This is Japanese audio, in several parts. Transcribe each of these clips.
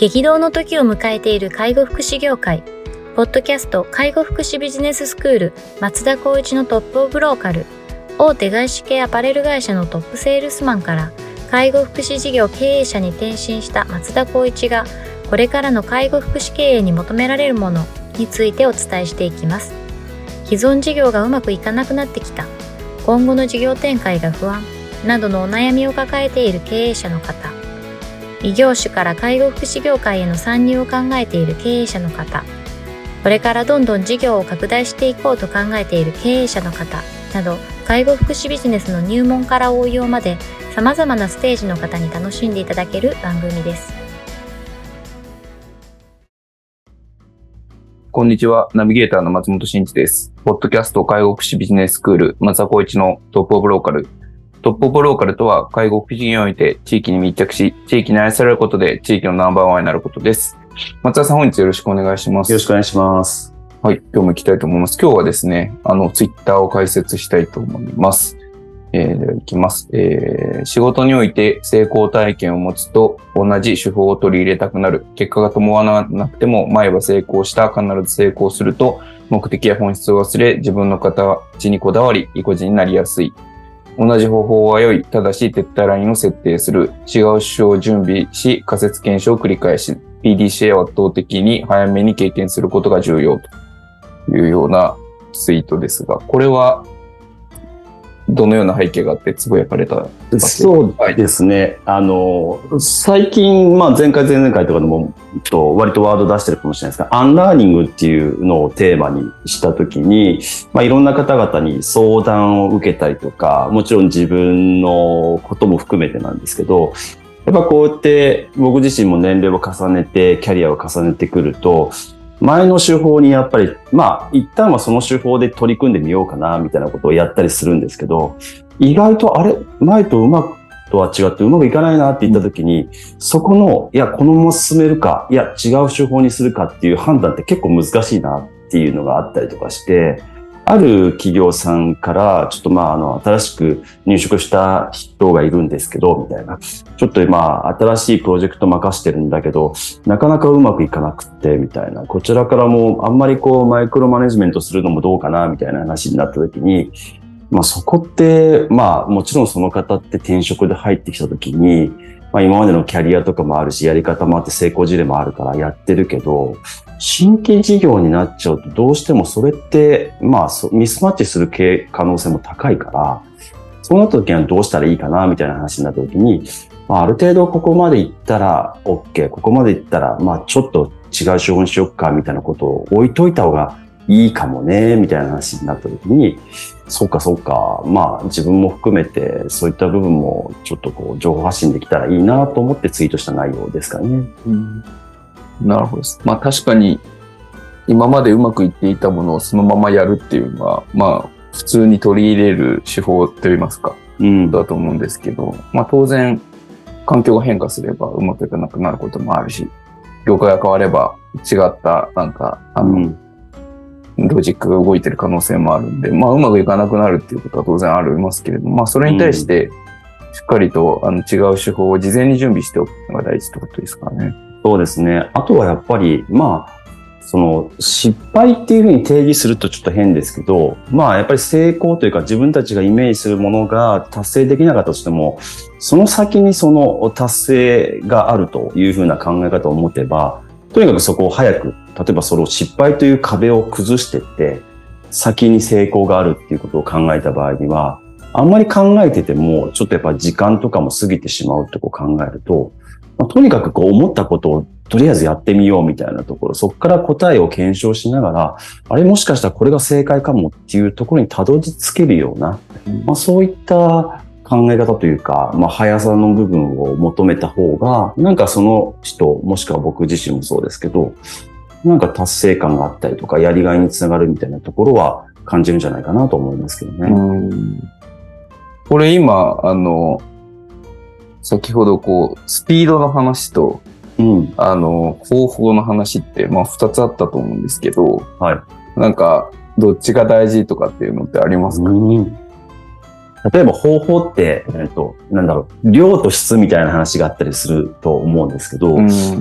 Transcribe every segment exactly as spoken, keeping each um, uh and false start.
激動の時を迎えている介護福祉業界。ポッドキャスト介護福祉ビジネススクール松田光一のトップオブローカル。大手外資系アパレル会社のトップセールスマンから介護福祉事業経営者に転身した松田光一が、これからの介護福祉経営に求められるものについてお伝えしていきます。既存事業がうまくいかなくなってきた、今後の事業展開が不安などのお悩みを抱えている経営者の方、異業種から介護福祉業界への参入を考えている経営者の方、これからどんどん事業を拡大していこうと考えている経営者の方など、介護福祉ビジネスの入門から応用まで様々なステージの方に楽しんでいただける番組です。 こんにちは、ナビゲーターの松本真一です。ポッドキャスト介護福祉ビジネススクール松田光一のトップオブローカル。トップオブローカルとは、介護福祉事業において地域に密着し、地域に愛されることで地域のナンバーワンになることです。松田さん、本日よろしくお願いします。 よろしくお願いします。 はい、今日も行きたいと思います。今日はですね、あの、ツイッターを開設したいと思います。えー、では行きます。えー、仕事において成功体験を持つと同じ手法を取り入れたくなる。結果が伴わなくても前は成功した。必ず成功すると目的や本質を忘れ、自分の形にこだわり、意固地になりやすい。同じ方法は良い。ただし、撤退ラインを設定する。違う手法を準備し、仮説検証を繰り返し、ピーディーシーエー を圧倒的に早めに経験することが重要というようなツイートですが、これはどのような背景があってつぶやかれた？ そうですね。あの、最近、まあ前回前々回とかでも、と割とワード出してるかもしれないですが、アンラーニングっていうのをテーマにしたときに、まあいろんな方々に相談を受けたりとか、もちろん自分のことも含めてなんですけど、やっぱこうやって僕自身も年齢を重ねて、キャリアを重ねてくると、前の手法にやっぱり、まあ、一旦はその手法で取り組んでみようかな、みたいなことをやったりするんですけど、意外と、あれ、前とうまくとは違ってうまくいかないなって言った時に、そこの、いや、このまま進めるか、いや、違う手法にするかっていう判断って結構難しいなっていうのがあったりとかして、ある企業さんから、ちょっとまあ、あの、新しく入職した人がいるんですけど、みたいな。ちょっとまあ、新しいプロジェクト任してるんだけど、なかなかうまくいかなくって、みたいな。こちらからも、あんまりこう、マイクロマネジメントするのもどうかな、みたいな話になった時に、まあそこって、まあ、もちろんその方って転職で入ってきた時に、まあ今までのキャリアとかもあるし、やり方もあって成功事例もあるからやってるけど、新規事業になっちゃうとどうしてもそれって、まあミスマッチする可能性も高いから、そうなった時にはどうしたらいいかなみたいな話になった時に、まあある程度ここまで行ったら OK、ここまで行ったらまあちょっと違う手法にしよっかみたいなことを置いといた方がいいかもねみたいな話になった時に、そうかそうか、まあ自分も含めてそういった部分もちょっとこう情報発信できたらいいなと思ってツイートした内容ですかね。 うん、なるほどです。まあ確かに今までうまくいっていたものをそのままやるっていうのは、まあ普通に取り入れる手法といいますか、うん、だと思うんですけど、まあ当然環境が変化すればうまくいかなくなることもあるし、業界が変われば違ったなんかあの、うんロジックが動いてる可能性もあるんで、まあうまくいかなくなるっていうことは当然ありますけれども、まあそれに対してしっかりとあの違う手法を事前に準備しておくのが大事ってことですかね。 そうですね。あとはやっぱり、まあ、その失敗っていうふうに定義するとちょっと変ですけど、まあやっぱり成功というか自分たちがイメージするものが達成できなかったとしても、その先にその達成があるというふうな考え方を持てば、とにかくそこを早く、例えばその失敗という壁を崩していって、先に成功があるっていうことを考えた場合には、あんまり考えてても、ちょっとやっぱ時間とかも過ぎてしまうとこ考えると、まあ、とにかくこう思ったことをとりあえずやってみようみたいなところ、そこから答えを検証しながら、あれもしかしたらこれが正解かもっていうところにたどり着けるような、まあそういった考え方というか、まあ、速さの部分を求めた方が、なんかその人、もしくは僕自身もそうですけど、なんか達成感があったりとか、やりがいにつながるみたいなところは感じるんじゃないかなと思いますけどね。 うんこれ今、あの、先ほどこう、スピードの話と、うん、あの、方法の話って、まあ二つあったと思うんですけど、はい。なんか、どっちが大事とかっていうのってありますか？うん例えば方法って、えっと、なんだろう、量と質みたいな話があったりすると思うんですけど、うん、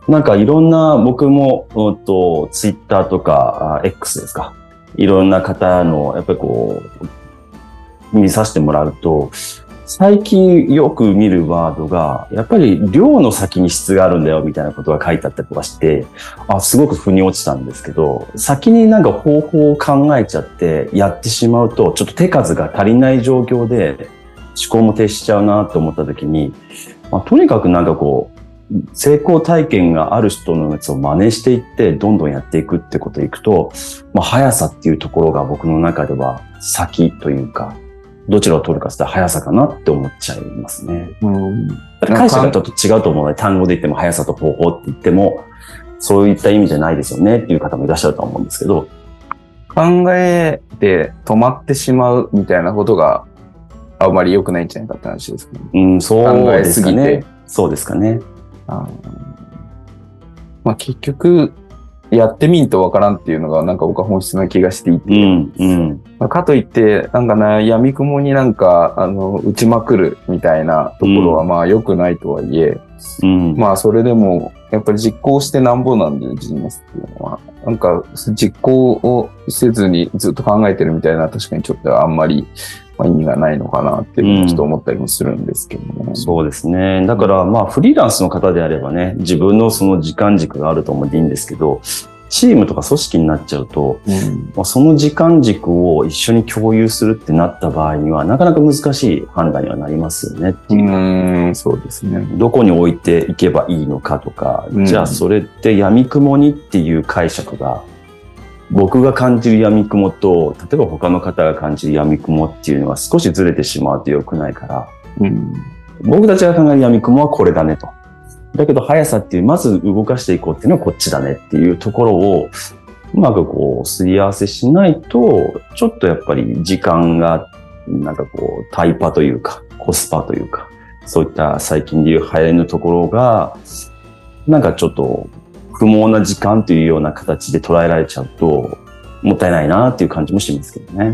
なんかいろんな、僕も、うんと、ツイッターとか、X ですか。いろんな方の、やっぱりこう、見させてもらうと、最近よく見るワードが、やっぱり量の先に質があるんだよみたいなことが書いてあったりとかして、あ、すごく腑に落ちたんですけど、先になんか方法を考えちゃってやってしまうと、ちょっと手数が足りない状況で思考も停止しちゃうなと思った時に、まあ、とにかくなんかこう、成功体験がある人のやつを真似していって、どんどんやっていくってことでいくと、まあ、速さっていうところが僕の中では先というか、どちらを取るかって言ったら速さかなって思っちゃいますね。うん。解釈がちょっと違うと思うので、単語で言っても速さと方法って言っても、そういった意味じゃないですよねっていう方もいらっしゃると思うんですけど。 考えて止まってしまうみたいなことがあんまり良くないんじゃないかって話ですかね。 うん、そうですかね。そうですかね。 あまあ、結局、やってみんとわからんっていうのがなんか僕は本質な気がしていて、 うんうんまあ、かといってなんかね闇雲になんかあの打ちまくるみたいなところはまあ良くないとはいえ、うん、まあそれでもやっぱり実行してなんぼなんでビジネスっていうのはなんか実行をせずにずっと考えてるみたいな確かにちょっとあんまり意味がないのかなっていうのをちょっと思ったりもするんですけどね、 うん、そうですね。だからまあフリーランスの方であればね、自分のその時間軸があると思っていいんですけど、チームとか組織になっちゃうと、うんまあ、その時間軸を一緒に共有するってなった場合にはなかなか難しい判断にはなりますよねっていう。 うん、そうですね。 どこに置いていけばいいのかとか、うん、じゃあそれって闇雲にっていう解釈が僕が感じる闇雲と、例えば他の方が感じる闇雲っていうのは少しずれてしまうと良くないから、うん、僕たちが考える闇雲はこれだねと。だけど速さっていう、まず動かしていこうっていうのはこっちだねっていうところを、うまくこう、すり合わせしないと、ちょっとやっぱり時間が、なんかこう、タイパというか、コスパというか、そういった最近でいう流行りのところが、なんかちょっと、不毛な時間というような形で捉えられちゃうと、もったいないなっていう感じもしますけどね。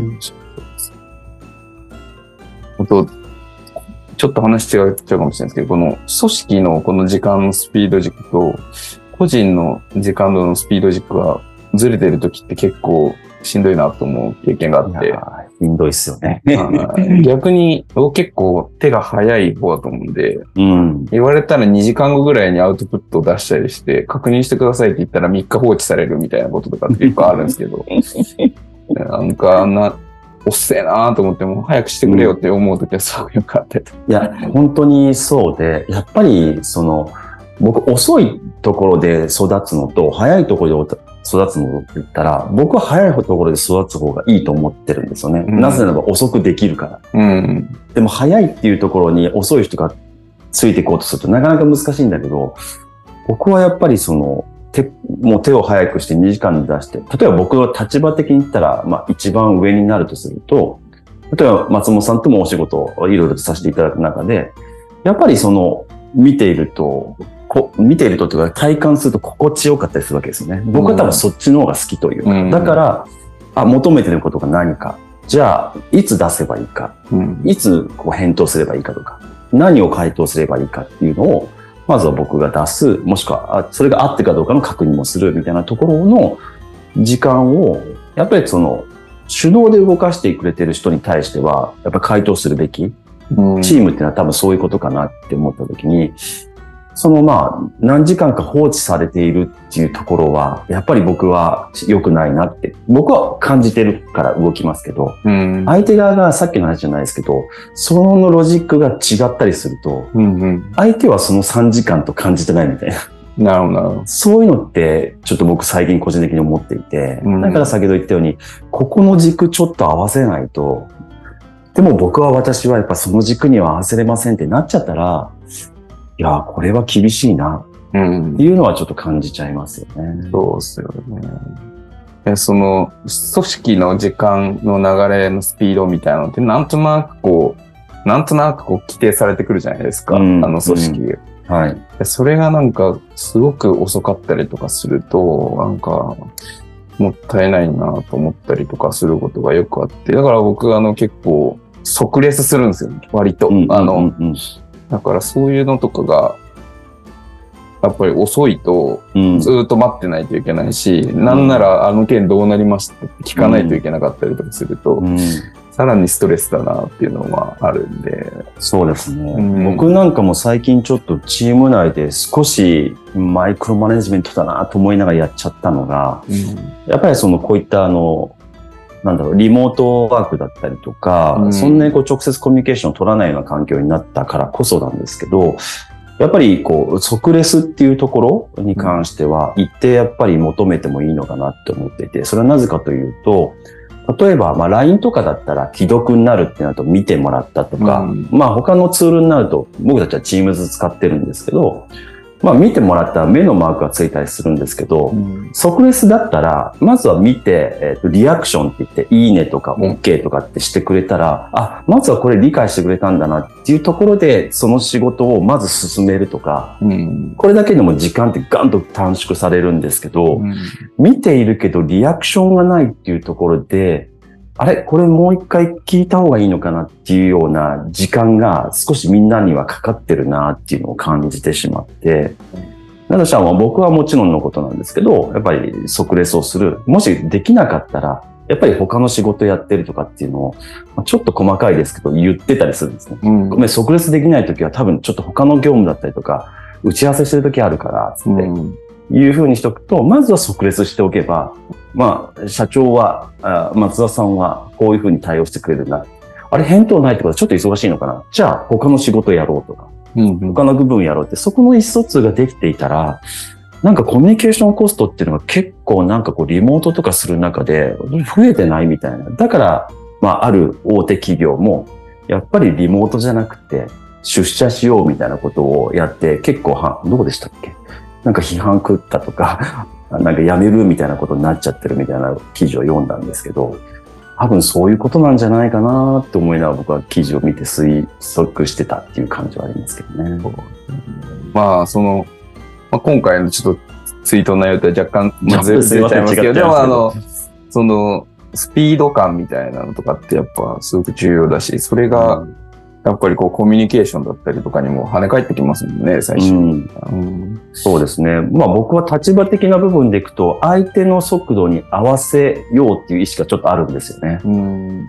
あと、ちょっと話違っちゃうかもしれないですけど、この組織のこの時間のスピード軸と、個人の時間のスピード軸がずれてるときって結構しんどいなと思う経験があって。 しんどいっすよね。 逆に僕結構手が早い方だと思うんで、うん、言われたらにじかんごぐらいにアウトプットを出したりして、確認してくださいって言ったらみっか放置されるみたいなこととかって結構あるんですけど、なんかあんな、おっせえなーと思っても早くしてくれよって思うときはすごいよかったりと。 いや、本当にそうで、やっぱりその、僕遅いところで育つのと早いところで育つのって言ったら、僕は早いところで育つ方がいいと思ってるんですよね。うん、なぜならば遅くできるから。うん、でも早いっていうところに遅い人がついていこうとするとなかなか難しいんだけど、僕はやっぱりその、手もう手を早くしてにじかんで出して、例えば僕は立場的に言ったら、まあ一番上になるとすると、例えば松本さんともお仕事をいろいろとさせていただく中で、やっぱりその見ていると、こ見ているとというか体感すると心地よかったりするわけですよね。僕は多分そっちの方が好きというか、うん、だから、あ、求めてることが何か、じゃあいつ出せばいいか、うん、いつこう返答すればいいかとか、何を回答すればいいかっていうのを、まずは僕が出す、もしくは、それが合ってかどうかの確認もするみたいなところの時間を、やっぱりその、手動で動かしてくれてる人に対しては、やっぱり回答するべき。うん、チームっていうのは多分そういうことかなって思ったときに、そのまあ、何時間か放置されているっていうところは、やっぱり僕は良くないなって、僕は感じてるから動きますけど、うん、相手側がさっきの話じゃないですけど、そのロジックが違ったりすると、うんうん、相手はそのさんじかんと感じてないみたいな。 なるほど、なるほど。 そういうのって、ちょっと僕最近個人的に思っていて、うん、だから先ほど言ったように、ここの軸ちょっと合わせないと、でも僕は私はやっぱその軸には合わせれませんってなっちゃったら、いや、これは厳しいな、っていうのはちょっと感じちゃいますよね。 うん、そうですよね。その、組織の時間の流れのスピードみたいなのって、なんとなくこう、なんとなくこう規定されてくるじゃないですか、うん、あの組織、うん。はい。それがなんか、すごく遅かったりとかすると、なんか、もったいないなと思ったりとかすることがよくあって、だから僕あの結構、即レスするんですよ、割と。うん、あの、うんうん、だからそういうのとかが、 やっぱり遅いとうんずっと待ってないといけないし、うん、なんならあの件どうなりましたって聞かないといけなかったりとかすると、うん、さらにストレスだなっていうのはあるんで。そうですね、 うん、僕なんかも最近ちょっとチーム内で少しマイクロマネジメントだなと思いながらやっちゃったのが、うん、やっぱりそのこういったあのなんだろう、リモートワークだったりとか、うん、そんなにこう直接コミュニケーションを取らないような環境になったからこそなんですけど、やっぱりこう即レスっていうところに関しては一定やっぱり求めてもいいのかなって思っていて、それはなぜかというと、例えばまあ ライン とかだったら既読になるってなると見てもらったとか、うん、まあ他のツールになると僕たちは Teams 使ってるんですけど、まあ見てもらったら目のマークがついたりするんですけど、うん、即レスだったら、まずは見て、えっと、リアクションって言って、いいねとか OK とかってしてくれたら、うん、あ、まずはこれ理解してくれたんだなっていうところで、その仕事をまず進めるとか、うん、これだけでも時間ってガンと短縮されるんですけど、うん、見ているけどリアクションがないっていうところで、あれこれもう一回聞いた方がいいのかなっていうような時間が少しみんなにはかかってるなっていうのを感じてしまって、なので僕はもちろんのことなんですけど、やっぱり即レスをする。もしできなかったら、やっぱり他の仕事やってるとかっていうのを、ちょっと細かいですけど言ってたりするんですね。うん、ごめん、即レスできないときは多分ちょっと他の業務だったりとか、打ち合わせしてるときあるから、つって。うんいうふうにしておくと、まずは即レスしておけば、まあ、社長は、あ松田さんはこういうふうに対応してくれるな。あれ、返答ないってことはちょっと忙しいのかな。じゃあ、他の仕事やろうとか、うんうん、他の部分やろうって、そこの意思疎通ができていたら、なんかコミュニケーションコストっていうのが結構なんかこう、リモートとかする中で増えてないみたいな。だから、まあ、ある大手企業も、やっぱりリモートじゃなくて、出社しようみたいなことをやって、結構は、どうでしたっけ？なんか批判食ったとか、なんかやめるみたいなことになっちゃってるみたいな記事を読んだんですけど、多分そういうことなんじゃないかなって思いながら僕は記事を見て推測してたっていう感じはありますけどね。 まあ、その、まあ、今回のちょっとツイート内容とは若干ずれちゃいますけど、でもあの、その、スピード感みたいなのとかってやっぱすごく重要だし、それが、うんやっぱりこうコミュニケーションだったりとかにも跳ね返ってきますもんね、最初、うんうん。 そうですね。まあ僕は立場的な部分でいくと、相手の速度に合わせようっていう意識がちょっとあるんですよね。うん、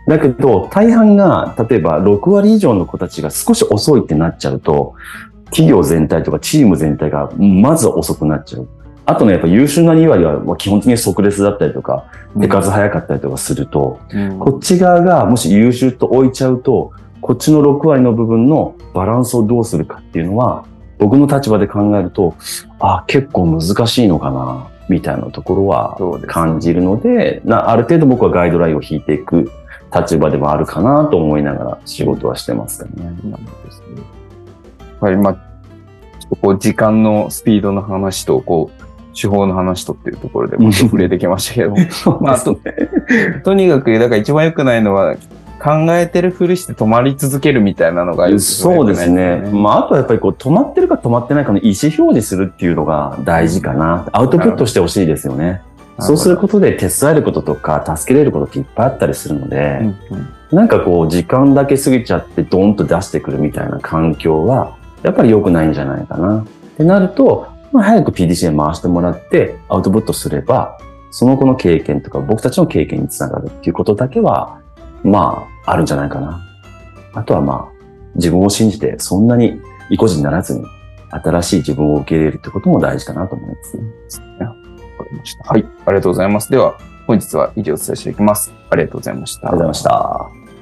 だけど、大半が、例えばろく割以上の子たちが少し遅いってなっちゃうと、企業全体とかチーム全体がまず遅くなっちゃう。あとね、やっぱ優秀なに割は基本的に即レスだったりとか、手数早かったりとかすると、うん、こっち側がもし優秀と置いちゃうと、こっちのろく割の部分のバランスをどうするかっていうのは、僕の立場で考えると、あ、結構難しいのかな、みたいなところは感じるので、なある程度僕はガイドラインを引いていく立場でもあるかなと思いながら仕事はしてますからね。 なんですね。やっぱりまあ、ちょっとこう時間のスピードの話と、こう、手法の話とっていうところでも触れてきましたけども。まあ、と、とにかく、だから一番良くないのは、考えてるふりして止まり続けるみたいなのが、 ね、そうですね。まあ、あとはやっぱりこう止まってるか止まってないかの意思表示するっていうのが大事かな。アウトプットしてほしいですよね。そうすることで手伝えることとか助けれることっていっぱいあったりするので、うんうん、なんかこう時間だけ過ぎちゃってドンと出してくるみたいな環境はやっぱり良くないんじゃないかな。ってなると、まあ、早く ピーディーシー に回してもらってアウトプットすれば、その子の経験とか僕たちの経験につながるっていうことだけは、まあ、あるんじゃないかな。あとはまあ、自分を信じてそんなに意固地にならずに、新しい自分を受け入れるってことも大事かなと思いますね。 わかりました。はい、ありがとうございます。では、本日は以上お伝えしていきます。ありがとうございました。 ありがとうございま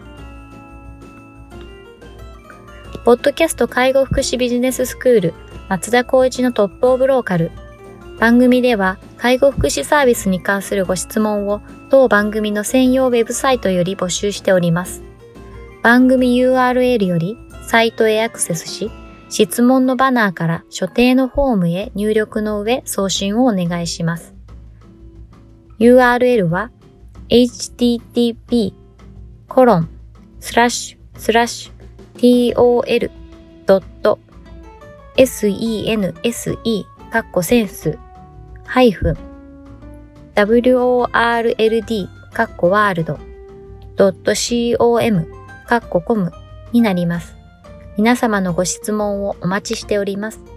した。ポッドキャスト介護福祉ビジネススクール松田光一のトップオブローカル。番組では介護福祉サービスに関するご質問を当番組の専用ウェブサイトより募集しております。番組 ユーアールエル よりサイトへアクセスし、質問のバナーから所定のフォームへ入力の上送信をお願いします。ユーアールエル は エイチティーティーピーコロンスラッシュスラッシュ tol ドット sense カッコセンスハイフン world カッコワールドドット com カッココムになります。皆様のご質問をお待ちしております。